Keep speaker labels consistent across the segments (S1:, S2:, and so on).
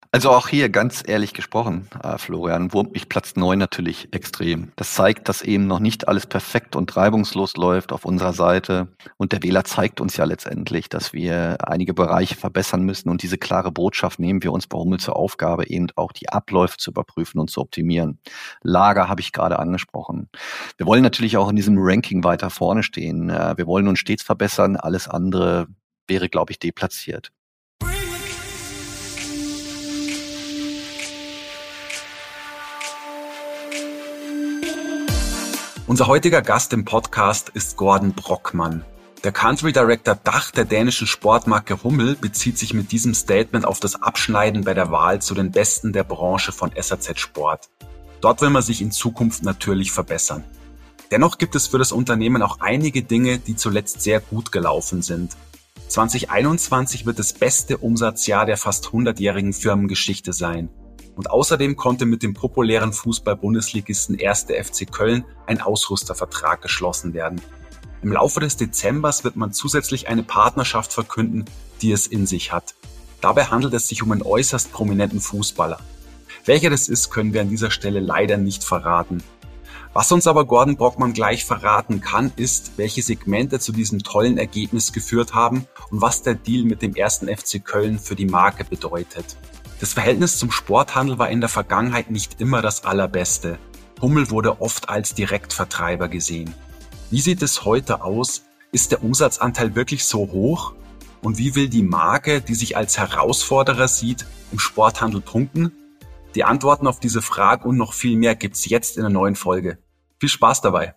S1: Also auch hier ganz ehrlich gesprochen, Florian, wurmt mich Platz 9 natürlich extrem. Das zeigt, dass eben noch nicht alles perfekt und reibungslos läuft auf unserer Seite. Und der Wähler zeigt uns ja letztendlich, dass wir einige Bereiche verbessern müssen. Und diese klare Botschaft nehmen wir uns bei Hummel zur Aufgabe, eben auch die Abläufe zu überprüfen und zu optimieren. Lager habe ich gerade angesprochen. Wir wollen natürlich auch in diesem Ranking weiter vorne stehen. Wir wollen uns stets verbessern. Alles andere wäre, glaube ich, deplatziert.
S2: Unser heutiger Gast im Podcast ist Gordon Brockmann. Der Country Director Dach der dänischen Sportmarke Hummel bezieht sich mit diesem Statement auf das Abschneiden bei der Wahl zu den Besten der Branche von SAZ Sport. Dort will man sich in Zukunft natürlich verbessern. Dennoch gibt es für das Unternehmen auch einige Dinge, die zuletzt sehr gut gelaufen sind. 2021 wird das beste Umsatzjahr der fast 100-jährigen Firmengeschichte sein. Und außerdem konnte mit dem populären Fußball-Bundesligisten 1. FC Köln ein Ausrüstervertrag geschlossen werden. Im Laufe des Dezembers wird man zusätzlich eine Partnerschaft verkünden, die es in sich hat. Dabei handelt es sich um einen äußerst prominenten Fußballer. Welcher das ist, können wir an dieser Stelle leider nicht verraten. Was uns aber Gordon Brockmann gleich verraten kann, ist, welche Segmente zu diesem tollen Ergebnis geführt haben und was der Deal mit dem 1. FC Köln für die Marke bedeutet. Das Verhältnis zum Sporthandel war in der Vergangenheit nicht immer das allerbeste. Hummel wurde oft als Direktvertreiber gesehen. Wie sieht es heute aus? Ist der Umsatzanteil wirklich so hoch? Und wie will die Marke, die sich als Herausforderer sieht, im Sporthandel punkten? Die Antworten auf diese Frage und noch viel mehr gibt's jetzt in der neuen Folge. Viel Spaß dabei!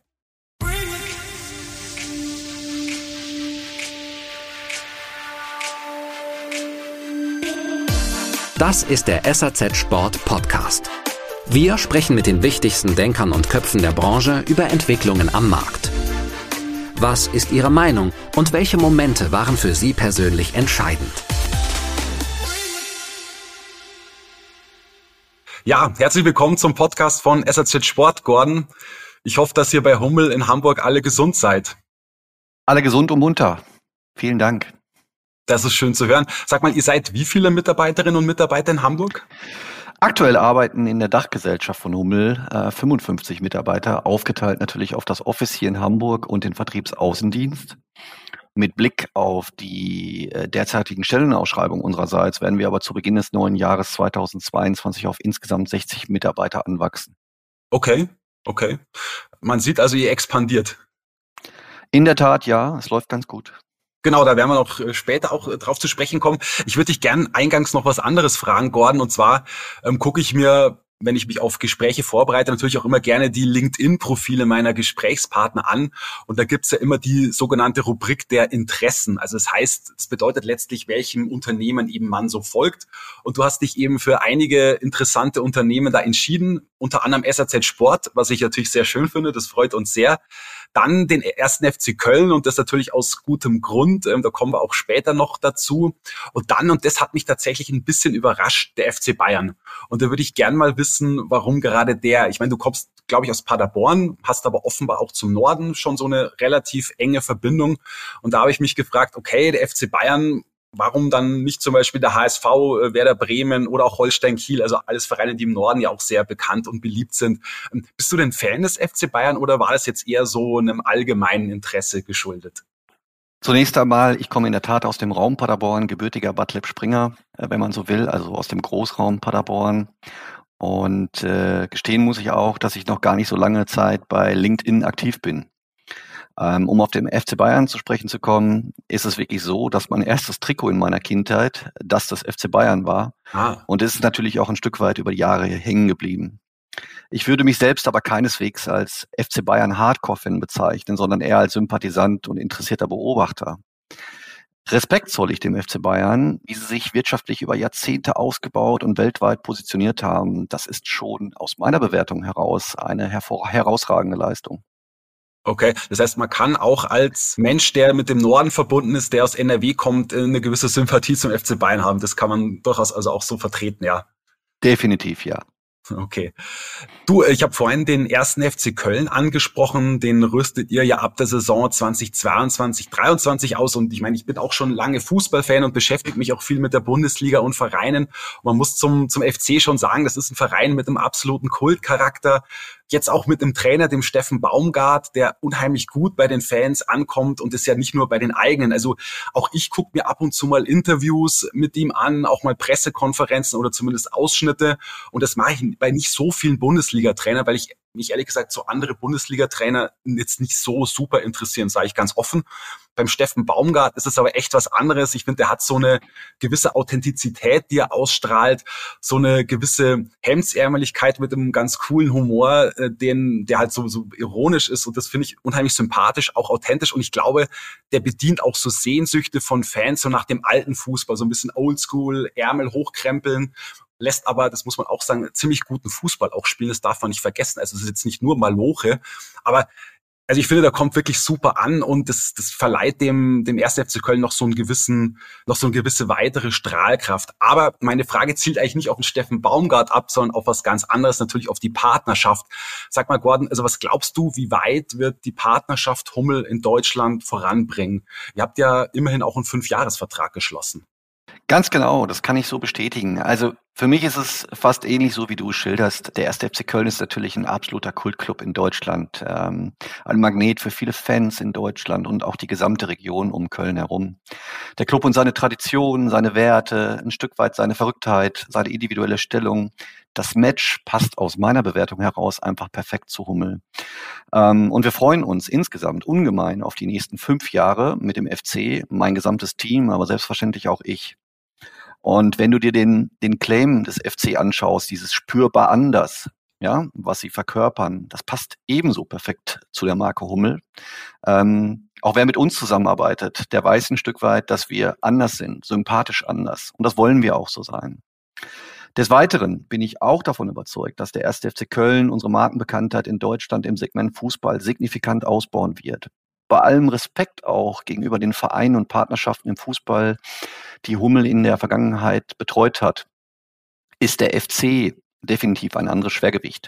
S3: Das ist der SAZ Sport Podcast. Wir sprechen mit den wichtigsten Denkern und Köpfen der Branche über Entwicklungen am Markt. Was ist Ihre Meinung und welche Momente waren für Sie persönlich entscheidend?
S2: Ja, herzlich willkommen zum Podcast von SAZ Sport, Gordon. Ich hoffe, dass ihr bei Hummel in Hamburg alle gesund seid.
S1: Alle gesund und munter. Vielen Dank.
S2: Das ist schön zu hören. Sag mal, ihr seid wie viele Mitarbeiterinnen und Mitarbeiter in Hamburg?
S1: Aktuell arbeiten in der Dachgesellschaft von Hummel 55 Mitarbeiter, aufgeteilt natürlich auf das Office hier in Hamburg und den Vertriebsaußendienst. Mit Blick auf die derzeitigen Stellenausschreibungen unsererseits werden wir aber zu Beginn des neuen Jahres 2022 auf insgesamt 60 Mitarbeiter anwachsen.
S2: Okay. Man sieht also, ihr expandiert.
S1: In der Tat, ja, es läuft ganz gut.
S2: Genau, da werden wir noch später auch drauf zu sprechen kommen. Ich würde dich gern eingangs noch was anderes fragen, Gordon. Und zwar gucke ich mir, wenn ich mich auf Gespräche vorbereite, natürlich auch immer gerne die LinkedIn-Profile meiner Gesprächspartner an. Und da gibt's ja immer die sogenannte Rubrik der Interessen. Also das heißt, es bedeutet letztlich, welchem Unternehmen eben man so folgt. Und du hast dich eben für einige interessante Unternehmen da entschieden, unter anderem SAZ Sport, was ich natürlich sehr schön finde. Das freut uns sehr. Dann den 1. FC Köln und das natürlich aus gutem Grund, da kommen wir auch später noch dazu. Und dann, und das hat mich tatsächlich ein bisschen überrascht, der FC Bayern. Und da würde ich gern mal wissen, warum gerade der. Ich meine, du kommst, glaube ich, aus Paderborn, hast aber offenbar auch zum Norden schon so eine relativ enge Verbindung. Und da habe ich mich gefragt, okay, der FC Bayern, warum dann nicht zum Beispiel der HSV, Werder Bremen oder auch Holstein Kiel, also alles Vereine, die im Norden ja auch sehr bekannt und beliebt sind. Bist du denn Fan des FC Bayern oder war das jetzt eher so einem allgemeinen Interesse geschuldet?
S1: Zunächst einmal, ich komme in der Tat aus dem Raum Paderborn, gebürtiger Bad Lippspringe, wenn man so will, also aus dem Großraum Paderborn. Und gestehen muss ich auch, dass ich noch gar nicht so lange Zeit bei LinkedIn aktiv bin. Um auf den FC Bayern zu sprechen zu kommen, ist es wirklich so, dass mein erstes Trikot in meiner Kindheit das des FC Bayern war. Und es ist natürlich auch ein Stück weit über die Jahre hängen geblieben. Ich würde mich selbst aber keineswegs als FC Bayern Hardcore-Fan bezeichnen, sondern eher als Sympathisant und interessierter Beobachter. Respekt zolle ich dem FC Bayern, wie sie sich wirtschaftlich über Jahrzehnte ausgebaut und weltweit positioniert haben. Das ist schon aus meiner Bewertung heraus eine herausragende Leistung.
S2: Okay, das heißt, man kann auch als Mensch, der mit dem Norden verbunden ist, der aus NRW kommt, eine gewisse Sympathie zum FC Bayern haben. Das kann man durchaus also auch so vertreten, ja.
S1: Definitiv, ja.
S2: Okay. Du, ich habe vorhin den 1. FC Köln angesprochen, den rüstet ihr ja ab der Saison 2022, 23 aus und ich meine, ich bin auch schon lange Fußballfan und beschäftige mich auch viel mit der Bundesliga und Vereinen. Man muss zum FC schon sagen, das ist ein Verein mit einem absoluten Kultcharakter, jetzt auch mit einem Trainer, dem Steffen Baumgart, der unheimlich gut bei den Fans ankommt und ist ja nicht nur bei den eigenen. Also auch ich gucke mir ab und zu mal Interviews mit ihm an, auch mal Pressekonferenzen oder zumindest Ausschnitte und das mache ich bei nicht so vielen Bundesliga-Trainer, weil ich mich ehrlich gesagt so andere Bundesliga-Trainer jetzt nicht so super interessieren, sage ich ganz offen. Beim Steffen Baumgart ist es aber echt was anderes. Ich finde, der hat so eine gewisse Authentizität, die er ausstrahlt, so eine gewisse Hemdsärmeligkeit mit einem ganz coolen Humor, der halt so ironisch ist und das finde ich unheimlich sympathisch, auch authentisch und ich glaube, der bedient auch so Sehnsüchte von Fans, so nach dem alten Fußball, so ein bisschen Oldschool, Ärmel hochkrempeln, lässt aber, das muss man auch sagen, ziemlich guten Fußball auch spielen, das darf man nicht vergessen. Also es ist jetzt nicht nur Maloche, aber also ich finde, da kommt wirklich super an und das verleiht dem 1. FC Köln noch so eine gewisse weitere Strahlkraft. Aber meine Frage zielt eigentlich nicht auf den Steffen Baumgart ab, sondern auf was ganz anderes, natürlich auf die Partnerschaft. Sag mal, Gordon, also was glaubst du, wie weit wird die Partnerschaft Hummel in Deutschland voranbringen? Ihr habt ja immerhin auch einen 5-Jahres-Vertrag geschlossen.
S1: Ganz genau, das kann ich so bestätigen. Also für mich ist es fast ähnlich so, wie du es schilderst. Der 1. FC Köln ist natürlich ein absoluter Kultclub in Deutschland, ein Magnet für viele Fans in Deutschland und auch die gesamte Region um Köln herum. Der Club und seine Tradition, seine Werte, ein Stück weit seine Verrücktheit, seine individuelle Stellung, das Match passt aus meiner Bewertung heraus einfach perfekt zu Hummel. Und wir freuen uns insgesamt ungemein auf die nächsten 5 Jahre mit dem FC, mein gesamtes Team, aber selbstverständlich auch ich. Und wenn du dir den Claim des FC anschaust, dieses spürbar anders, ja, was sie verkörpern, das passt ebenso perfekt zu der Marke Hummel. Auch wer mit uns zusammenarbeitet, der weiß ein Stück weit, dass wir anders sind, sympathisch anders. Und das wollen wir auch so sein. Des Weiteren bin ich auch davon überzeugt, dass der 1. FC Köln unsere Markenbekanntheit in Deutschland im Segment Fußball signifikant ausbauen wird. Bei allem Respekt auch gegenüber den Vereinen und Partnerschaften im Fußball, die Hummel in der Vergangenheit betreut hat, ist der FC definitiv ein anderes Schwergewicht.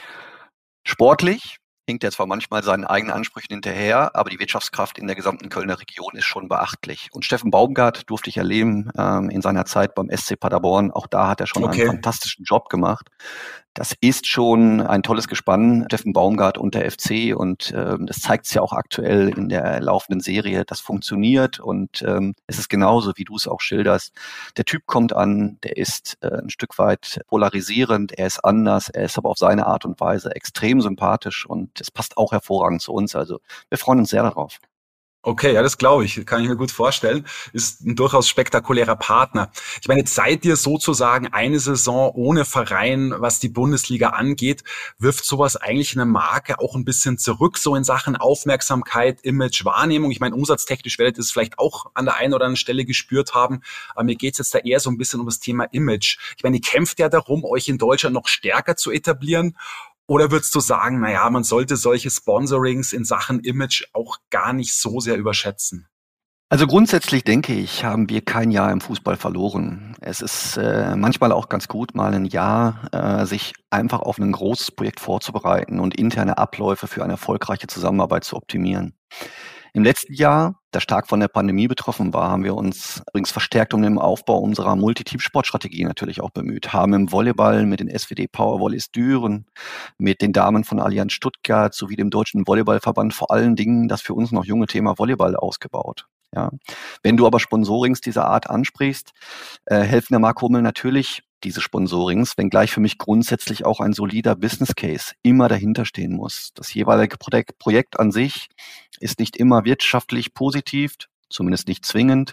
S1: Sportlich hinkt er zwar manchmal seinen eigenen Ansprüchen hinterher, aber die Wirtschaftskraft in der gesamten Kölner Region ist schon beachtlich. Und Steffen Baumgart durfte ich erleben in seiner Zeit beim SC Paderborn. Auch da hat er schon einen fantastischen Job gemacht. Das ist schon ein tolles Gespann, Steffen Baumgart und der FC. Und das zeigt es ja auch aktuell in der laufenden Serie. Das funktioniert und es ist genauso, wie du es auch schilderst. Der Typ kommt an, der ist ein Stück weit polarisierend, er ist anders, er ist aber auf seine Art und Weise extrem sympathisch und es passt auch hervorragend zu uns. Also wir freuen uns sehr darauf.
S2: Okay, ja, das glaube ich. Kann ich mir gut vorstellen. Ist ein durchaus spektakulärer Partner. Ich meine, jetzt seid ihr sozusagen eine Saison ohne Verein, was die Bundesliga angeht. Wirft sowas eigentlich eine Marke auch ein bisschen zurück, so in Sachen Aufmerksamkeit, Image, Wahrnehmung? Ich meine, umsatztechnisch werdet ihr es vielleicht auch an der einen oder anderen Stelle gespürt haben. Aber mir geht's jetzt da eher so ein bisschen um das Thema Image. Ich meine, ihr kämpft ja darum, euch in Deutschland noch stärker zu etablieren. Oder würdest du sagen, naja, man sollte solche Sponsorings in Sachen Image auch gar nicht so sehr überschätzen?
S1: Also grundsätzlich denke ich, haben wir kein Jahr im Fußball verloren. Es ist manchmal auch ganz gut, mal ein Jahr sich einfach auf ein großes Projekt vorzubereiten und interne Abläufe für eine erfolgreiche Zusammenarbeit zu optimieren. Im letzten Jahr, das stark von der Pandemie betroffen war, haben wir uns übrigens verstärkt um den Aufbau unserer Multiteam-Sportstrategie natürlich auch bemüht, haben im Volleyball mit den SWD Powervolleys Düren, mit den Damen von Allianz Stuttgart sowie dem Deutschen Volleyballverband vor allen Dingen das für uns noch junge Thema Volleyball ausgebaut. Ja. Wenn du aber Sponsorings dieser Art ansprichst, helfen der Marke Hummel natürlich diese Sponsorings, wenngleich für mich grundsätzlich auch ein solider Business Case immer dahinter stehen muss. Das jeweilige Projekt an sich ist nicht immer wirtschaftlich positiv, zumindest nicht zwingend.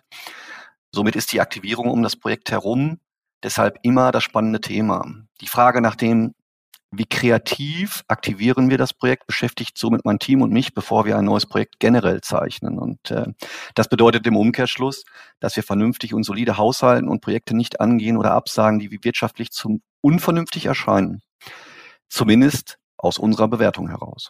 S1: Somit ist die Aktivierung um das Projekt herum deshalb immer das spannende Thema. Die Frage nach dem, wie kreativ aktivieren wir das Projekt, beschäftigt somit mein Team und mich, bevor wir ein neues Projekt generell zeichnen. Und das bedeutet im Umkehrschluss, dass wir vernünftig und solide haushalten und Projekte nicht angehen oder absagen, die wie wirtschaftlich zum unvernünftig erscheinen. Zumindest aus unserer Bewertung heraus.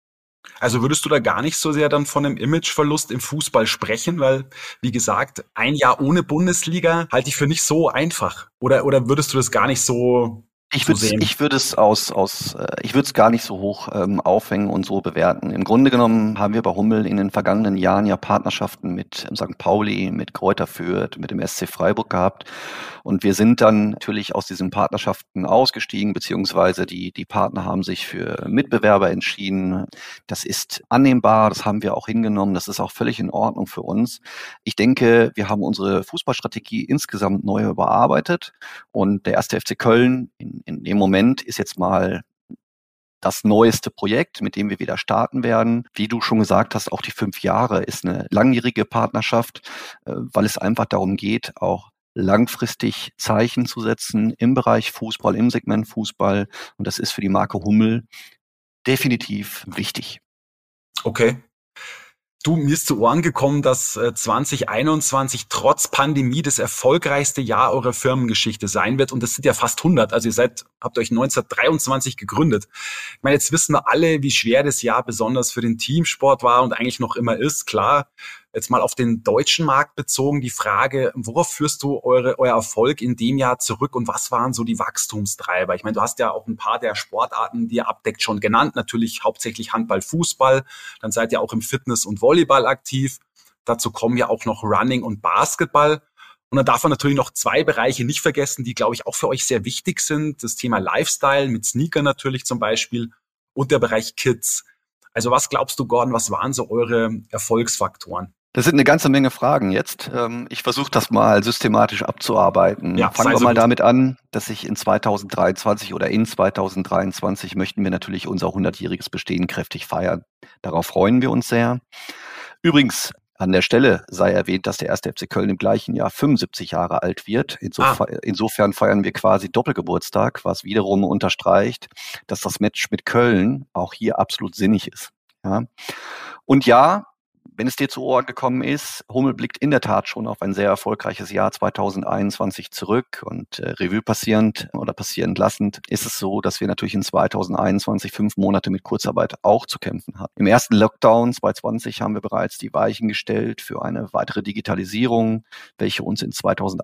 S2: Also würdest du da gar nicht so sehr dann von einem Imageverlust im Fußball sprechen? Weil, wie gesagt, ein Jahr ohne Bundesliga halte ich für nicht so einfach. Oder würdest du das gar nicht so
S1: Ich würde es gar nicht so hoch aufhängen und so bewerten. Im Grunde genommen haben wir bei Hummel in den vergangenen Jahren ja Partnerschaften mit St. Pauli, mit Greuther Fürth, mit dem SC Freiburg gehabt. Und wir sind dann natürlich aus diesen Partnerschaften ausgestiegen, beziehungsweise die Partner haben sich für Mitbewerber entschieden. Das ist annehmbar, das haben wir auch hingenommen. Das ist auch völlig in Ordnung für uns. Ich denke, wir haben unsere Fußballstrategie insgesamt neu überarbeitet und der 1. FC Köln in dem Moment ist jetzt mal das neueste Projekt, mit dem wir wieder starten werden. Wie du schon gesagt hast, auch die 5 Jahre ist eine langjährige Partnerschaft, weil es einfach darum geht, auch langfristig Zeichen zu setzen im Bereich Fußball, im Segment Fußball. Und das ist für die Marke Hummel definitiv wichtig.
S2: Okay. Du, mir ist zu Ohren gekommen, dass 2021 trotz Pandemie das erfolgreichste Jahr eurer Firmengeschichte sein wird. Und das sind ja fast 100. Also habt euch 1923 gegründet. Ich meine, jetzt wissen wir alle, wie schwer das Jahr besonders für den Teamsport war und eigentlich noch immer ist. Klar, jetzt mal auf den deutschen Markt bezogen, die Frage, worauf führst du euer Erfolg in dem Jahr zurück und was waren so die Wachstumstreiber? Ich meine, du hast ja auch ein paar der Sportarten, die ihr abdeckt, schon genannt. Natürlich hauptsächlich Handball, Fußball. Dann seid ihr auch im Fitness und Volleyball aktiv. Dazu kommen ja auch noch Running und Basketball. Und dann darf man natürlich noch 2 Bereiche nicht vergessen, die, glaube ich, auch für euch sehr wichtig sind. Das Thema Lifestyle mit Sneaker natürlich zum Beispiel und der Bereich Kids. Also was glaubst du, Gordon, was waren so eure Erfolgsfaktoren?
S1: Das sind eine ganze Menge Fragen jetzt. Ich versuche das mal systematisch abzuarbeiten.
S2: Ja,
S1: fangen wir mal damit an, dass sich in 2023 möchten wir natürlich unser 100-jähriges Bestehen kräftig feiern. Darauf freuen wir uns sehr. Übrigens, an der Stelle sei erwähnt, dass der 1. FC Köln im gleichen Jahr 75 Jahre alt wird. Insofern feiern wir quasi Doppelgeburtstag, was wiederum unterstreicht, dass das Match mit Köln auch hier absolut sinnig ist. Ja. Und ja, wenn es dir zu Ohren gekommen ist, Hummel blickt in der Tat schon auf ein sehr erfolgreiches Jahr 2021 zurück und Revue passierend oder passierend lassend ist es so, dass wir natürlich in 2021 5 Monate mit Kurzarbeit auch zu kämpfen hatten. Im ersten Lockdown 2020 haben wir bereits die Weichen gestellt für eine weitere Digitalisierung, welche uns in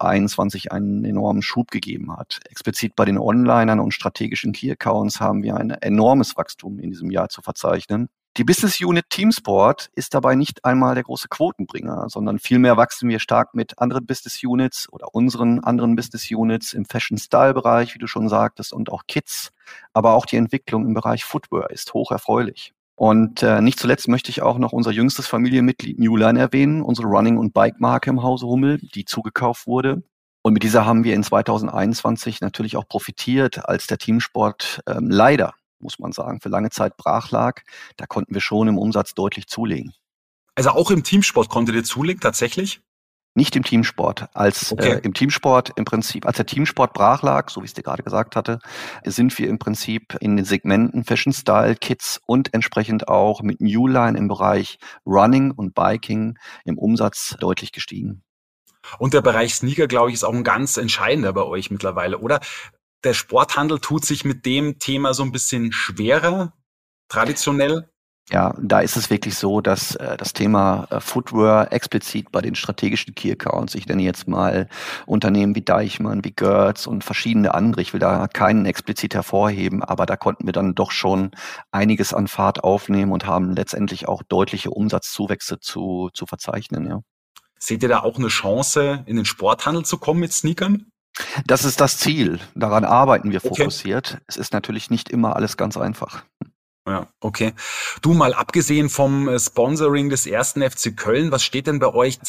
S1: 2021 einen enormen Schub gegeben hat. Explizit bei den Onlinern und strategischen Key-Accounts haben wir ein enormes Wachstum in diesem Jahr zu verzeichnen. Die Business Unit Teamsport ist dabei nicht einmal der große Quotenbringer, sondern vielmehr wachsen wir stark mit anderen Business Units oder unseren anderen Business Units im Fashion-Style-Bereich, wie du schon sagtest, und auch Kids. Aber auch die Entwicklung im Bereich Footwear ist hoch erfreulich. Und nicht zuletzt möchte ich auch noch unser jüngstes Familienmitglied Newline erwähnen, unsere Running- und Bike-Marke im Hause Hummel, die zugekauft wurde. Und mit dieser haben wir in 2021 natürlich auch profitiert, als der Teamsport leider, muss man sagen, für lange Zeit brach lag. Da konnten wir schon im Umsatz deutlich zulegen.
S2: Also auch im Teamsport konntet ihr zulegen, tatsächlich?
S1: Nicht im Teamsport. Im Teamsport im Prinzip, als der Teamsport brach lag, so wie ich es dir gerade gesagt hatte, sind wir im Prinzip in den Segmenten Fashion Style, Kids und entsprechend auch mit Newline im Bereich Running und Biking im Umsatz deutlich gestiegen.
S2: Und der Bereich Sneaker, glaube ich, ist auch ein ganz entscheidender bei euch mittlerweile, oder? Der Sporthandel tut sich mit dem Thema so ein bisschen schwerer, traditionell.
S1: Ja, da ist es wirklich so, dass das Thema Footwear explizit bei den strategischen Key-Accounts, ich nenne jetzt mal Unternehmen wie Deichmann, wie Gertz und verschiedene andere, ich will da keinen explizit hervorheben, aber da konnten wir dann doch schon einiges an Fahrt aufnehmen und haben letztendlich auch deutliche Umsatzzuwächse zu verzeichnen. Ja.
S2: Seht ihr da auch eine Chance, in den Sporthandel zu kommen mit Sneakern?
S1: Das ist das Ziel. Daran arbeiten wir fokussiert. Es ist natürlich nicht immer alles ganz einfach.
S2: Ja, okay. Du, mal abgesehen vom Sponsoring des 1. FC Köln, was steht denn bei euch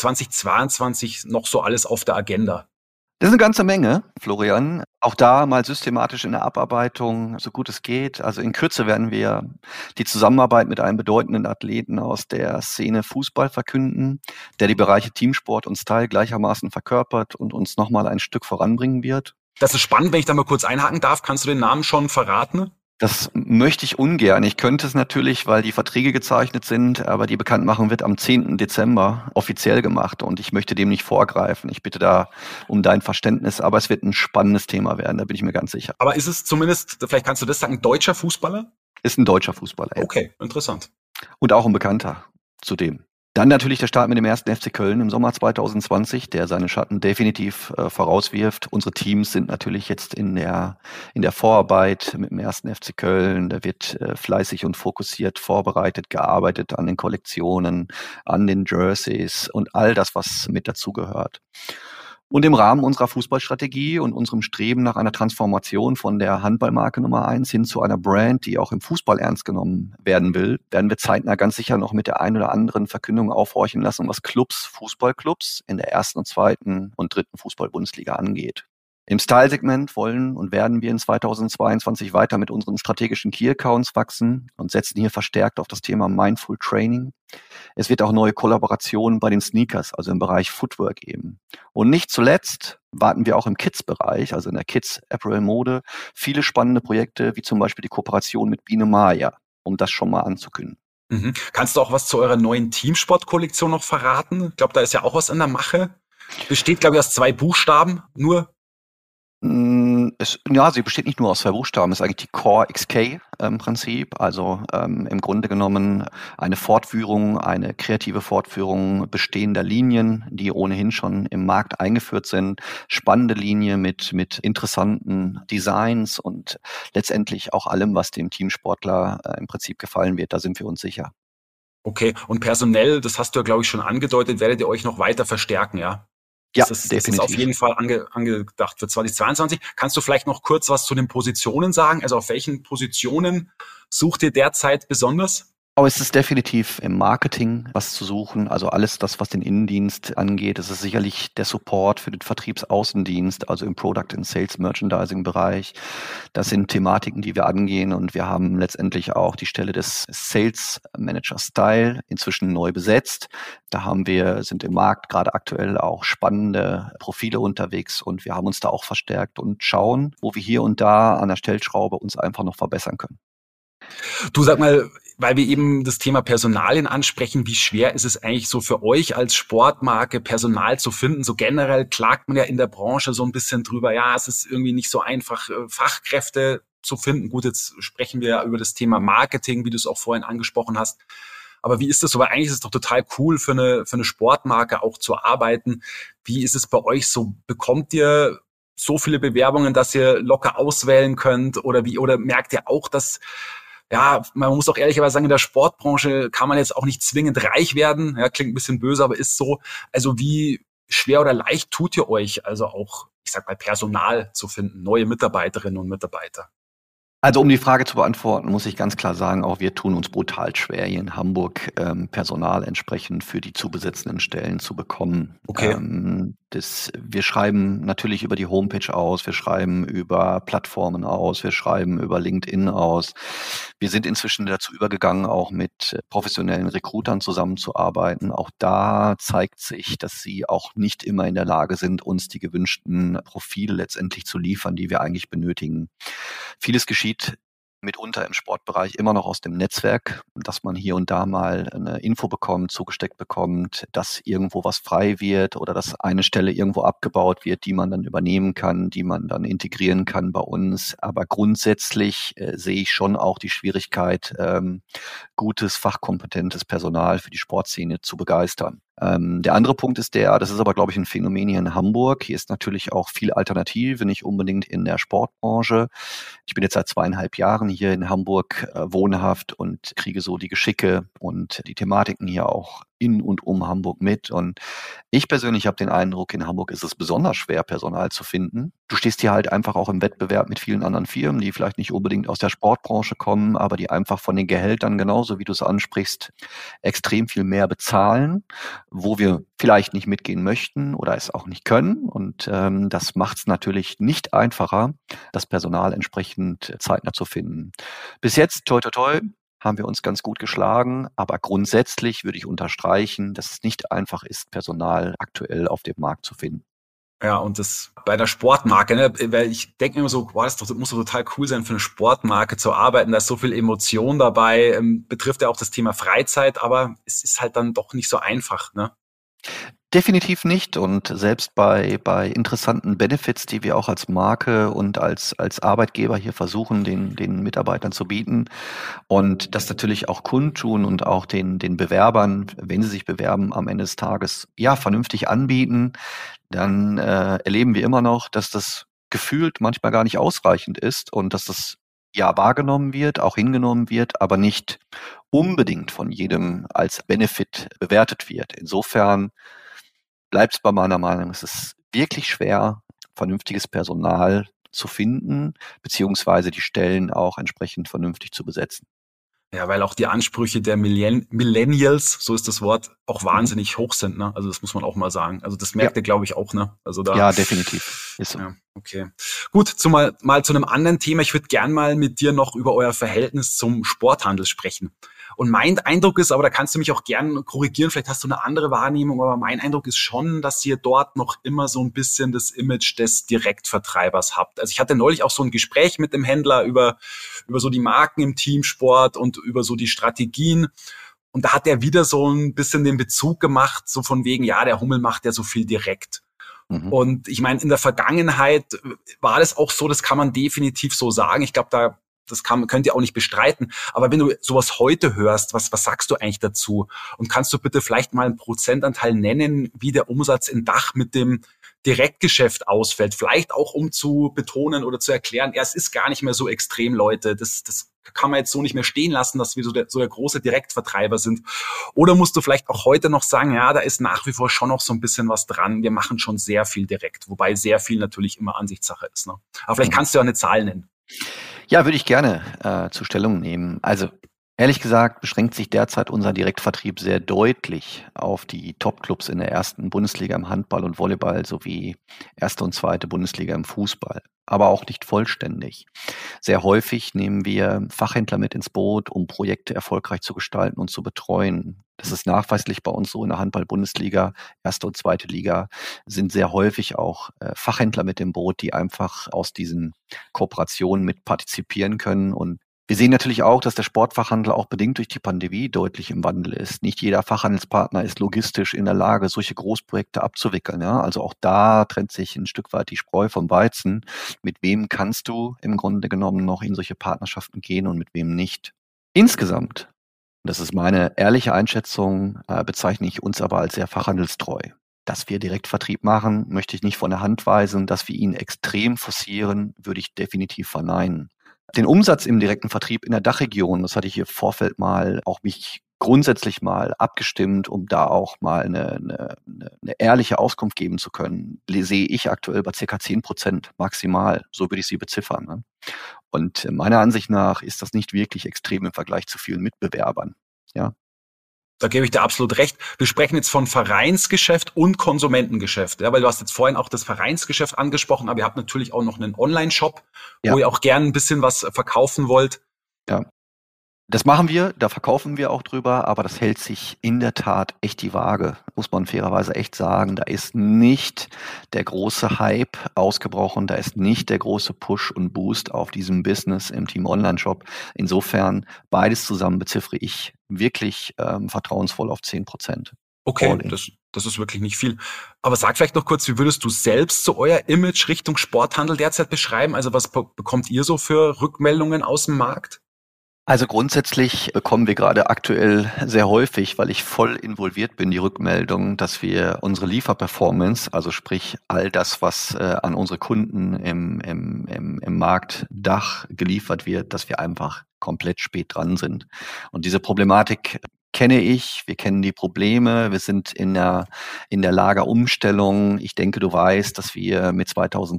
S2: 2022 noch so alles auf der Agenda?
S1: Das ist eine ganze Menge, Florian. Auch da mal systematisch in der Abarbeitung, so gut es geht. Also in Kürze werden wir die Zusammenarbeit mit einem bedeutenden Athleten aus der Szene Fußball verkünden, der die Bereiche Teamsport und Style gleichermaßen verkörpert und uns nochmal ein Stück voranbringen wird.
S2: Das ist spannend, wenn ich da mal kurz einhaken darf. Kannst du den Namen schon verraten?
S1: Das möchte ich ungern. Ich könnte es natürlich, weil die Verträge gezeichnet sind, aber die Bekanntmachung wird am 10. Dezember offiziell gemacht und ich möchte dem nicht vorgreifen. Ich bitte da um dein Verständnis, aber es wird ein spannendes Thema werden, da bin ich mir ganz sicher.
S2: Aber ist es zumindest, vielleicht kannst du das sagen, ein deutscher Fußballer?
S1: Ist ein deutscher Fußballer. Ja.
S2: Okay, interessant.
S1: Und auch ein Bekannter zudem. Dann natürlich der Start mit dem 1. FC Köln im Sommer 2020, der seine Schatten definitiv vorauswirft. Unsere Teams sind natürlich jetzt in der Vorarbeit mit dem 1. FC Köln. Da wird fleißig und fokussiert vorbereitet, gearbeitet an den Kollektionen, an den Jerseys und all das, was mit dazugehört. Und im Rahmen unserer Fußballstrategie und unserem Streben nach einer Transformation von der Handballmarke Nummer 1 hin zu einer Brand, die auch im Fußball ernst genommen werden will, werden wir zeitnah ganz sicher noch mit der einen oder anderen Verkündung aufhorchen lassen, was Fußballclubs in der 1., 2. und 3. Fußball-Bundesliga angeht. Im Style-Segment wollen und werden wir in 2022 weiter mit unseren strategischen Key-Accounts wachsen und setzen hier verstärkt auf das Thema Mindful Training. Es wird auch neue Kollaborationen bei den Sneakers, also im Bereich Footwear geben. Und nicht zuletzt warten wir auch im Kids-Bereich, also in der Kids-Apparel-Mode, viele spannende Projekte, wie zum Beispiel die Kooperation mit Biene Maya, um das schon mal anzukündigen.
S2: Mhm. Kannst du auch was zu eurer neuen Teamsport-Kollektion noch verraten? Ich glaube, da ist ja auch was in der Mache. Besteht, glaube ich, aus 2 Buchstaben nur.
S1: Sie besteht nicht nur aus 2 Buchstaben, es ist eigentlich die Core XK im Prinzip, also im Grunde genommen eine Fortführung, eine kreative Fortführung bestehender Linien, die ohnehin schon im Markt eingeführt sind, spannende Linie mit interessanten Designs und letztendlich auch allem, was dem Teamsportler im Prinzip gefallen wird, da sind wir uns sicher.
S2: Okay, und personell, das hast du ja, glaube ich, schon angedeutet, werdet ihr euch noch weiter verstärken, ja?
S1: Ja,
S2: das
S1: definitiv.
S2: ist auf jeden Fall angedacht für 2022. Kannst du vielleicht noch kurz was zu den Positionen sagen? Also auf welchen Positionen sucht ihr derzeit besonders?
S1: Aber es ist definitiv im Marketing was zu suchen. Also alles das, was den Innendienst angeht. Es ist sicherlich der Support für den Vertriebsaußendienst, also im Product and Sales Merchandising Bereich. Das sind Thematiken, die wir angehen. Und wir haben letztendlich auch die Stelle des Sales Manager Style inzwischen neu besetzt. Sind im Markt gerade aktuell auch spannende Profile unterwegs. Und wir haben uns da auch verstärkt und schauen, wo wir hier und da an der Stellschraube uns einfach noch verbessern können.
S2: Du, sag mal, weil wir eben das Thema Personalien ansprechen, wie schwer ist es eigentlich so für euch als Sportmarke Personal zu finden? So generell klagt man ja in der Branche so ein bisschen drüber, ja, es ist irgendwie nicht so einfach, Fachkräfte zu finden. Gut, jetzt sprechen wir ja über das Thema Marketing, wie du es auch vorhin angesprochen hast. Aber wie ist das so? Weil eigentlich ist es doch total cool für eine Sportmarke auch zu arbeiten. Wie ist es bei euch so? Bekommt ihr so viele Bewerbungen, dass ihr locker auswählen könnt? Oder merkt ihr auch, dass, ja, man muss auch ehrlicherweise sagen, in der Sportbranche kann man jetzt auch nicht zwingend reich werden. Ja, klingt ein bisschen böse, aber ist so. Also wie schwer oder leicht tut ihr euch, also auch, ich sag mal, Personal zu finden, neue Mitarbeiterinnen und Mitarbeiter?
S1: Also um die Frage zu beantworten, muss ich ganz klar sagen, auch wir tun uns brutal schwer, hier in Hamburg Personal entsprechend für die zu besetzenden Stellen zu bekommen.
S2: Okay.
S1: Wir schreiben natürlich über die Homepage aus, wir schreiben über Plattformen aus, wir schreiben über LinkedIn aus. Wir sind inzwischen dazu übergegangen, auch mit professionellen Recruitern zusammenzuarbeiten. Auch da zeigt sich, dass sie auch nicht immer in der Lage sind, uns die gewünschten Profile letztendlich zu liefern, die wir eigentlich benötigen. Vieles geschieht mitunter im Sportbereich immer noch aus dem Netzwerk, dass man hier und da mal eine Info bekommt, zugesteckt bekommt, dass irgendwo was frei wird oder dass eine Stelle irgendwo abgebaut wird, die man dann übernehmen kann, die man dann integrieren kann bei uns. Aber grundsätzlich sehe ich schon auch die Schwierigkeit, gutes, fachkompetentes Personal für die Sportszene zu begeistern. Der andere Punkt ist das ist aber, glaube ich, ein Phänomen hier in Hamburg. Hier ist natürlich auch viel Alternative, nicht unbedingt in der Sportbranche. Ich bin jetzt seit 2,5 Jahren hier in Hamburg wohnhaft und kriege so die Geschicke und die Thematiken hier auch in und um Hamburg mit. Und ich persönlich habe den Eindruck, in Hamburg ist es besonders schwer, Personal zu finden. Du stehst hier halt einfach auch im Wettbewerb mit vielen anderen Firmen, die vielleicht nicht unbedingt aus der Sportbranche kommen, aber die einfach von den Gehältern, genauso wie du es ansprichst, extrem viel mehr bezahlen, wo wir vielleicht nicht mitgehen möchten oder es auch nicht können. Und das macht es natürlich nicht einfacher, das Personal entsprechend zeitnah zu finden. Bis jetzt, toi toi toi, haben wir uns ganz gut geschlagen, aber grundsätzlich würde ich unterstreichen, dass es nicht einfach ist, Personal aktuell auf dem Markt zu finden.
S2: Ja, und das bei der Sportmarke, ne? Weil ich denke mir immer so, boah, das muss doch total cool sein, für eine Sportmarke zu arbeiten. Da ist so viel Emotion dabei, betrifft ja auch das Thema Freizeit, aber es ist halt dann doch nicht so einfach, ne?
S1: Definitiv nicht. Und selbst bei interessanten Benefits, die wir auch als Marke und als Arbeitgeber hier versuchen, den Mitarbeitern zu bieten und das natürlich auch kundtun und auch den Bewerbern, wenn sie sich bewerben, am Ende des Tages ja vernünftig anbieten, dann erleben wir immer noch, dass das gefühlt manchmal gar nicht ausreichend ist und dass das ja wahrgenommen wird, auch hingenommen wird, aber nicht unbedingt von jedem als Benefit bewertet wird. Insofern bleibt es bei meiner Meinung. Es ist wirklich schwer, vernünftiges Personal zu finden, beziehungsweise die Stellen auch entsprechend vernünftig zu besetzen.
S2: Ja, weil auch die Ansprüche der Millennials, so ist das Wort, auch wahnsinnig hoch sind, ne? Also das muss man auch mal sagen. Also das merkt ihr, glaube ich, auch, ne? Also da.
S1: Ja, definitiv. Ist so.
S2: Ja, okay. Gut, mal zu einem anderen Thema. Ich würde gern mal mit dir noch über euer Verhältnis zum Sporthandel sprechen. Und mein Eindruck ist, aber da kannst du mich auch gern korrigieren, vielleicht hast du eine andere Wahrnehmung, aber mein Eindruck ist schon, dass ihr dort noch immer so ein bisschen das Image des Direktvertreibers habt. Also ich hatte neulich auch so ein Gespräch mit dem Händler über so die Marken im Teamsport und über so die Strategien. Und da hat er wieder so ein bisschen den Bezug gemacht, so von wegen, ja, der Hummel macht ja so viel direkt. Und ich meine, in der Vergangenheit war das auch so, das kann man definitiv so sagen. Ich glaube, könnt ihr auch nicht bestreiten. Aber wenn du sowas heute hörst, was sagst du eigentlich dazu? Und kannst du bitte vielleicht mal einen Prozentanteil nennen, wie der Umsatz in Dach mit dem Direktgeschäft ausfällt? Vielleicht auch, um zu betonen oder zu erklären, es ist gar nicht mehr so extrem, Leute. Das kann man jetzt so nicht mehr stehen lassen, dass wir so der große Direktvertreiber sind. Oder musst du vielleicht auch heute noch sagen, ja, da ist nach wie vor schon noch so ein bisschen was dran. Wir machen schon sehr viel direkt, wobei sehr viel natürlich immer Ansichtssache ist, ne? Aber vielleicht kannst du ja eine Zahl nennen.
S1: Ja, würde ich gerne zur Stellung nehmen. Also ehrlich gesagt beschränkt sich derzeit unser Direktvertrieb sehr deutlich auf die Top-Clubs in der ersten Bundesliga im Handball und Volleyball sowie erste und zweite Bundesliga im Fußball, aber auch nicht vollständig. Sehr häufig nehmen wir Fachhändler mit ins Boot, um Projekte erfolgreich zu gestalten und zu betreuen. Das ist nachweislich bei uns so in der Handball-Bundesliga, erste und zweite Liga, sind sehr häufig auch Fachhändler mit im Boot, die einfach aus diesen Kooperationen mit partizipieren können. Und wir sehen natürlich auch, dass der Sportfachhandel auch bedingt durch die Pandemie deutlich im Wandel ist. Nicht jeder Fachhandelspartner ist logistisch in der Lage, solche Großprojekte abzuwickeln. Ja? Also auch da trennt sich ein Stück weit die Spreu vom Weizen. Mit wem kannst du im Grunde genommen noch in solche Partnerschaften gehen und mit wem nicht? Insgesamt, das ist meine ehrliche Einschätzung, bezeichne ich uns aber als sehr fachhandelstreu. Dass wir Direktvertrieb machen, möchte ich nicht von der Hand weisen. Dass wir ihn extrem forcieren, würde ich definitiv verneinen. Den Umsatz im direkten Vertrieb in der Dachregion, das hatte ich hier im Vorfeld mal auch mich grundsätzlich mal abgestimmt, um da auch mal eine ehrliche Auskunft geben zu können, sehe ich aktuell bei ca. 10% maximal. So würde ich sie beziffern. Ne? Und meiner Ansicht nach ist das nicht wirklich extrem im Vergleich zu vielen Mitbewerbern. Ja.
S2: Da gebe ich dir absolut recht. Wir sprechen jetzt von Vereinsgeschäft und Konsumentengeschäft, ja, weil du hast jetzt vorhin auch das Vereinsgeschäft angesprochen, aber ihr habt natürlich auch noch einen Online-Shop, wo ihr auch gern ein bisschen was verkaufen wollt.
S1: Ja. Das machen wir, da verkaufen wir auch drüber, aber das hält sich in der Tat echt die Waage, muss man fairerweise echt sagen. Da ist nicht der große Hype ausgebrochen, da ist nicht der große Push und Boost auf diesem Business im Team Online-Shop. Insofern, beides zusammen beziffere ich wirklich vertrauensvoll auf 10%.
S2: Okay, das ist wirklich nicht viel. Aber sag vielleicht noch kurz, wie würdest du selbst so euer Image Richtung Sporthandel derzeit beschreiben? Also was bekommt ihr so für Rückmeldungen aus dem Markt?
S1: Also grundsätzlich bekommen wir gerade aktuell sehr häufig, weil ich voll involviert bin, die Rückmeldung, dass wir unsere Lieferperformance, also sprich all das, was an unsere Kunden im Markt Dach geliefert wird, dass wir einfach komplett spät dran sind. Und diese Problematik kenne ich, wir kennen die Probleme, wir sind in der Lagerumstellung. Ich denke, du weißt, dass wir mit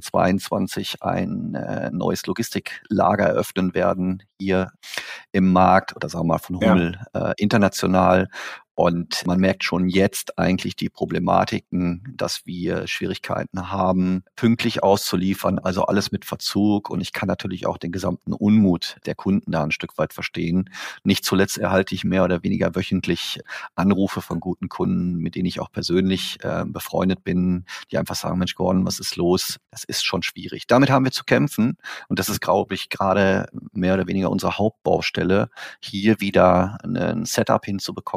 S1: 2022 ein neues Logistiklager eröffnen werden hier im Markt oder sagen wir mal von Hummel international. Und man merkt schon jetzt eigentlich die Problematiken, dass wir Schwierigkeiten haben, pünktlich auszuliefern, also alles mit Verzug. Und ich kann natürlich auch den gesamten Unmut der Kunden da ein Stück weit verstehen. Nicht zuletzt erhalte ich mehr oder weniger wöchentlich Anrufe von guten Kunden, mit denen ich auch persönlich befreundet bin, die einfach sagen, Mensch Gordon, was ist los? Das ist schon schwierig. Damit haben wir zu kämpfen. Und das ist, glaube ich, gerade mehr oder weniger unsere Hauptbaustelle, hier wieder ein Setup hinzubekommen,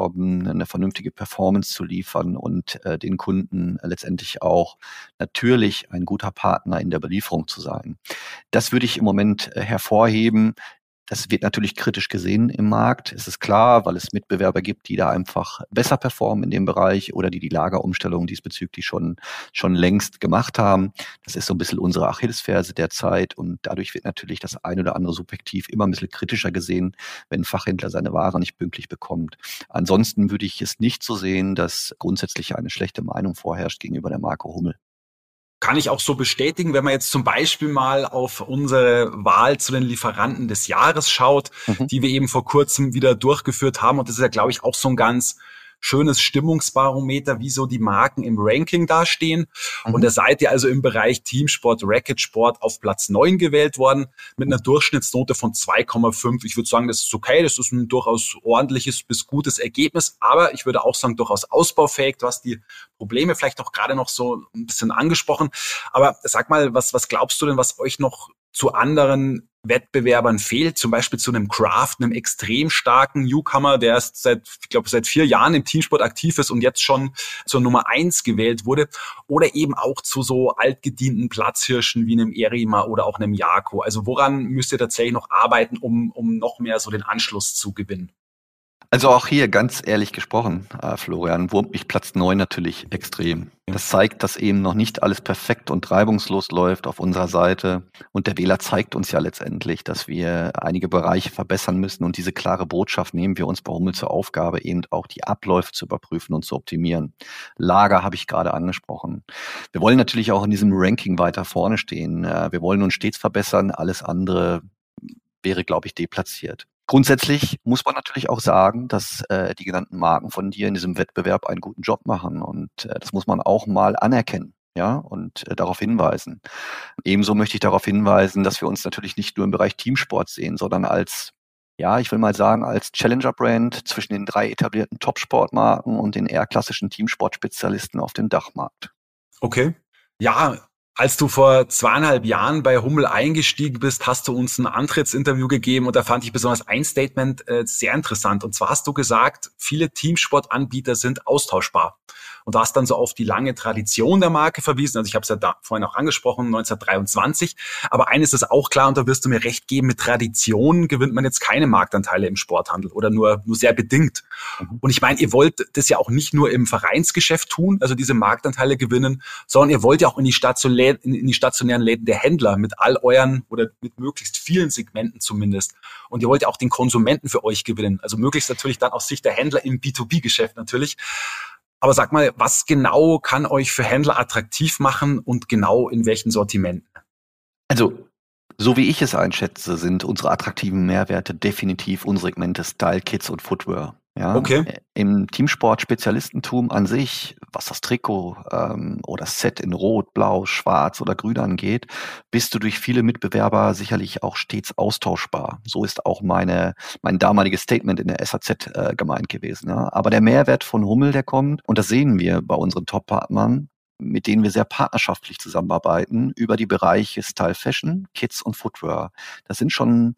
S1: eine vernünftige Performance zu liefern und den Kunden letztendlich auch natürlich ein guter Partner in der Belieferung zu sein. Das würde ich im Moment hervorheben. Das wird natürlich kritisch gesehen im Markt. Es ist klar, weil es Mitbewerber gibt, die da einfach besser performen in dem Bereich oder die Lagerumstellung diesbezüglich schon längst gemacht haben. Das ist so ein bisschen unsere Achillesferse derzeit und dadurch wird natürlich das ein oder andere subjektiv immer ein bisschen kritischer gesehen, wenn ein Fachhändler seine Ware nicht pünktlich bekommt. Ansonsten würde ich es nicht so sehen, dass grundsätzlich eine schlechte Meinung vorherrscht gegenüber der Marke Hummel.
S2: Kann ich auch so bestätigen, wenn man jetzt zum Beispiel mal auf unsere Wahl zu den Lieferanten des Jahres schaut, die wir eben vor kurzem wieder durchgeführt haben. Und das ist ja, glaube ich, auch so ein ganz schönes Stimmungsbarometer, wie so die Marken im Ranking dastehen. Und da seid ihr also im Bereich Teamsport, Racketsport auf Platz 9 gewählt worden mit einer Durchschnittsnote von 2,5. Ich würde sagen, das ist okay, das ist ein durchaus ordentliches bis gutes Ergebnis, aber ich würde auch sagen, durchaus ausbaufähig. Du hast die Probleme vielleicht auch gerade noch so ein bisschen angesprochen. Aber sag mal, was glaubst du denn, was euch noch zu anderen Wettbewerbern fehlt, zum Beispiel zu einem Craft, einem extrem starken Newcomer, der erst seit 4 Jahren im Teamsport aktiv ist und jetzt schon zur Nummer 1 gewählt wurde, oder eben auch zu so altgedienten Platzhirschen wie einem Erima oder auch einem Jako. Also woran müsst ihr tatsächlich noch arbeiten, um noch mehr so den Anschluss zu gewinnen?
S1: Also auch hier ganz ehrlich gesprochen, Florian, wurmt mich Platz 9 natürlich extrem. Das zeigt, dass eben noch nicht alles perfekt und reibungslos läuft auf unserer Seite. Und der Wähler zeigt uns ja letztendlich, dass wir einige Bereiche verbessern müssen. Und diese klare Botschaft nehmen wir uns bei Hummel zur Aufgabe, eben auch die Abläufe zu überprüfen und zu optimieren. Lager habe ich gerade angesprochen. Wir wollen natürlich auch in diesem Ranking weiter vorne stehen. Wir wollen uns stets verbessern. Alles andere wäre, glaube ich, deplatziert. Grundsätzlich muss man natürlich auch sagen, dass die genannten Marken von dir in diesem Wettbewerb einen guten Job machen und das muss man auch mal anerkennen, ja, und darauf hinweisen. Ebenso möchte ich darauf hinweisen, dass wir uns natürlich nicht nur im Bereich Teamsport sehen, sondern als, ja, ich will mal sagen, als Challenger-Brand zwischen den 3 etablierten Top-Sportmarken und den eher klassischen Teamsportspezialisten auf dem Dachmarkt.
S2: Okay. Ja, als du vor 2,5 Jahren bei Hummel eingestiegen bist, hast du uns ein Antrittsinterview gegeben und da fand ich besonders ein Statement sehr interessant. Und zwar hast du gesagt, viele Teamsportanbieter sind austauschbar. Und du hast dann so auf die lange Tradition der Marke verwiesen. Also ich habe es ja vorhin auch angesprochen, 1923. Aber eines ist auch klar, und da wirst du mir recht geben, mit Tradition gewinnt man jetzt keine Marktanteile im Sporthandel oder nur sehr bedingt. Und ich meine, ihr wollt das ja auch nicht nur im Vereinsgeschäft tun, also diese Marktanteile gewinnen, sondern ihr wollt ja auch in die stationären Läden der Händler mit all euren oder mit möglichst vielen Segmenten zumindest. Und ihr wollt ja auch den Konsumenten für euch gewinnen. Also möglichst natürlich dann aus Sicht der Händler im B2B-Geschäft natürlich. Aber sag mal, was genau kann euch für Händler attraktiv machen und genau in welchen Sortimenten?
S1: Also, so wie ich es einschätze, sind unsere attraktiven Mehrwerte definitiv unsere Segmente Style, Kids und Footwear. Ja,
S2: Okay.
S1: im Teamsport-Spezialistentum an sich, was das Trikot oder das Set in Rot, Blau, Schwarz oder Grün angeht, bist du durch viele Mitbewerber sicherlich auch stets austauschbar. So ist auch mein damaliges Statement in der SAZ gemeint gewesen. Ja. Aber der Mehrwert von Hummel, der kommt, und das sehen wir bei unseren Top-Partnern, mit denen wir sehr partnerschaftlich zusammenarbeiten, über die Bereiche Style Fashion, Kids und Footwear. Das sind schon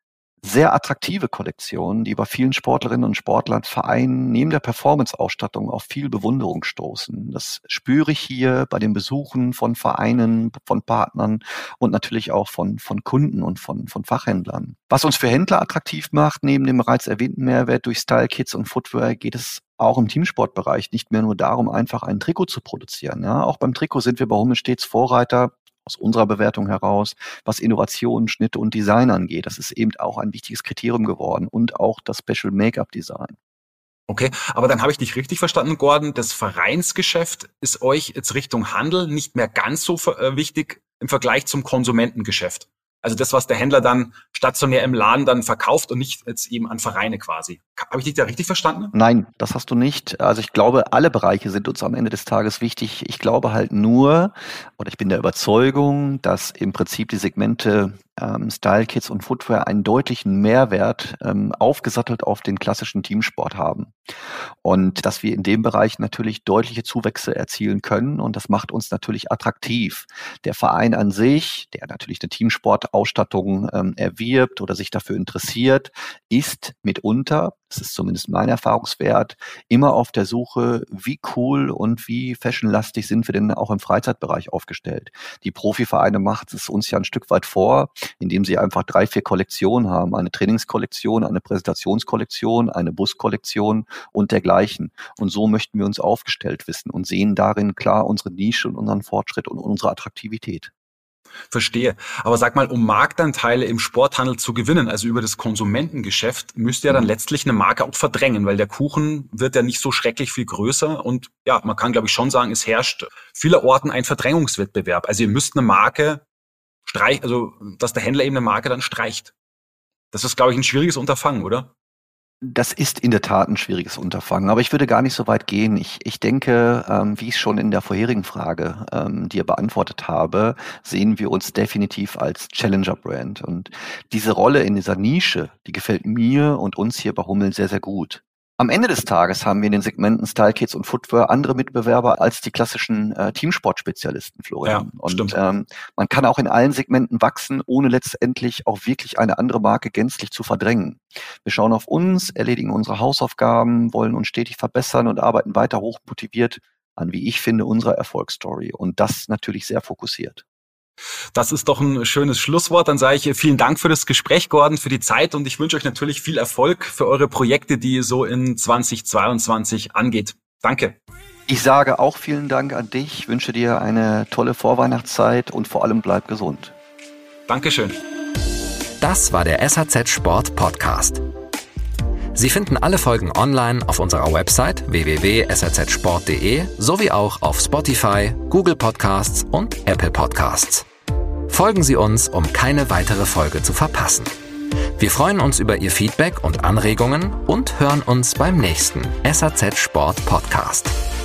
S1: sehr attraktive Kollektionen, die bei vielen Sportlerinnen und Sportlern, Vereinen neben der Performance-Ausstattung auf viel Bewunderung stoßen. Das spüre ich hier bei den Besuchen von Vereinen, von Partnern und natürlich auch von Kunden und von Fachhändlern. Was uns für Händler attraktiv macht, neben dem bereits erwähnten Mehrwert durch Style, Kids und Footwear, geht es auch im Teamsportbereich nicht mehr nur darum, einfach ein Trikot zu produzieren. Ja, auch beim Trikot sind wir bei Hummel stets Vorreiter, aus unserer Bewertung heraus, was Innovation, Schnitt und Design angeht. Das ist eben auch ein wichtiges Kriterium geworden und auch das Special Make-up Design.
S2: Okay, aber dann habe ich dich richtig verstanden, Gordon. Das Vereinsgeschäft ist euch jetzt Richtung Handel nicht mehr ganz so wichtig im Vergleich zum Konsumentengeschäft. Also das, was der Händler dann stationär im Laden dann verkauft und nicht jetzt eben an Vereine quasi. Habe ich dich da richtig verstanden?
S1: Nein, das hast du nicht. Also ich glaube, alle Bereiche sind uns am Ende des Tages wichtig. Ich glaube halt nur, oder ich bin der Überzeugung, dass im Prinzip die Segmente Style, Kids und Footwear einen deutlichen Mehrwert aufgesattelt auf den klassischen Teamsport haben. Und dass wir in dem Bereich natürlich deutliche Zuwächse erzielen können und das macht uns natürlich attraktiv. Der Verein an sich, der natürlich eine Teamsportausstattung bewirbt oder sich dafür interessiert, ist mitunter, das ist zumindest mein Erfahrungswert, immer auf der Suche, wie cool und wie fashionlastig sind wir denn auch im Freizeitbereich aufgestellt. Die Profivereine macht es uns ja ein Stück weit vor, indem sie einfach 3, 4 Kollektionen haben. Eine Trainingskollektion, eine Präsentationskollektion, eine Buskollektion und dergleichen. Und so möchten wir uns aufgestellt wissen und sehen darin klar unsere Nische und unseren Fortschritt und unsere Attraktivität.
S2: Verstehe. Aber sag mal, um Marktanteile im Sporthandel zu gewinnen, also über das Konsumentengeschäft, müsste ja dann letztlich eine Marke auch verdrängen, weil der Kuchen wird ja nicht so schrecklich viel größer und ja, man kann glaube ich schon sagen, es herrscht vielerorten ein Verdrängungswettbewerb. Also ihr müsst eine Marke streichen, also dass der Händler eben eine Marke dann streicht. Das ist glaube ich ein schwieriges Unterfangen, oder?
S1: Das ist in der Tat ein schwieriges Unterfangen, aber ich würde gar nicht so weit gehen. Ich denke, wie ich schon in der vorherigen Frage dir beantwortet habe, sehen wir uns definitiv als Challenger-Brand. Und diese Rolle in dieser Nische, die gefällt mir und uns hier bei Hummel sehr, sehr gut. Am Ende des Tages haben wir in den Segmenten Style Kids und Footwear andere Mitbewerber als die klassischen Teamsportspezialisten, Florian.
S2: Ja,
S1: und
S2: stimmt.
S1: Man kann auch in allen Segmenten wachsen, ohne letztendlich auch wirklich eine andere Marke gänzlich zu verdrängen. Wir schauen auf uns, erledigen unsere Hausaufgaben, wollen uns stetig verbessern und arbeiten weiter hochmotiviert an, wie ich finde, unserer Erfolgsstory. Und das natürlich sehr fokussiert.
S2: Das ist doch ein schönes Schlusswort. Dann sage ich vielen Dank für das Gespräch, Gordon, für die Zeit und ich wünsche euch natürlich viel Erfolg für eure Projekte, die ihr so in 2022 angeht. Danke.
S1: Ich sage auch vielen Dank an dich, wünsche dir eine tolle Vorweihnachtszeit und vor allem bleib gesund.
S2: Dankeschön.
S3: Das war der SAZ Sport Podcast. Sie finden alle Folgen online auf unserer Website www.sazsport.de sowie auch auf Spotify, Google Podcasts und Apple Podcasts. Folgen Sie uns, um keine weitere Folge zu verpassen. Wir freuen uns über Ihr Feedback und Anregungen und hören uns beim nächsten SAZ Sport Podcast.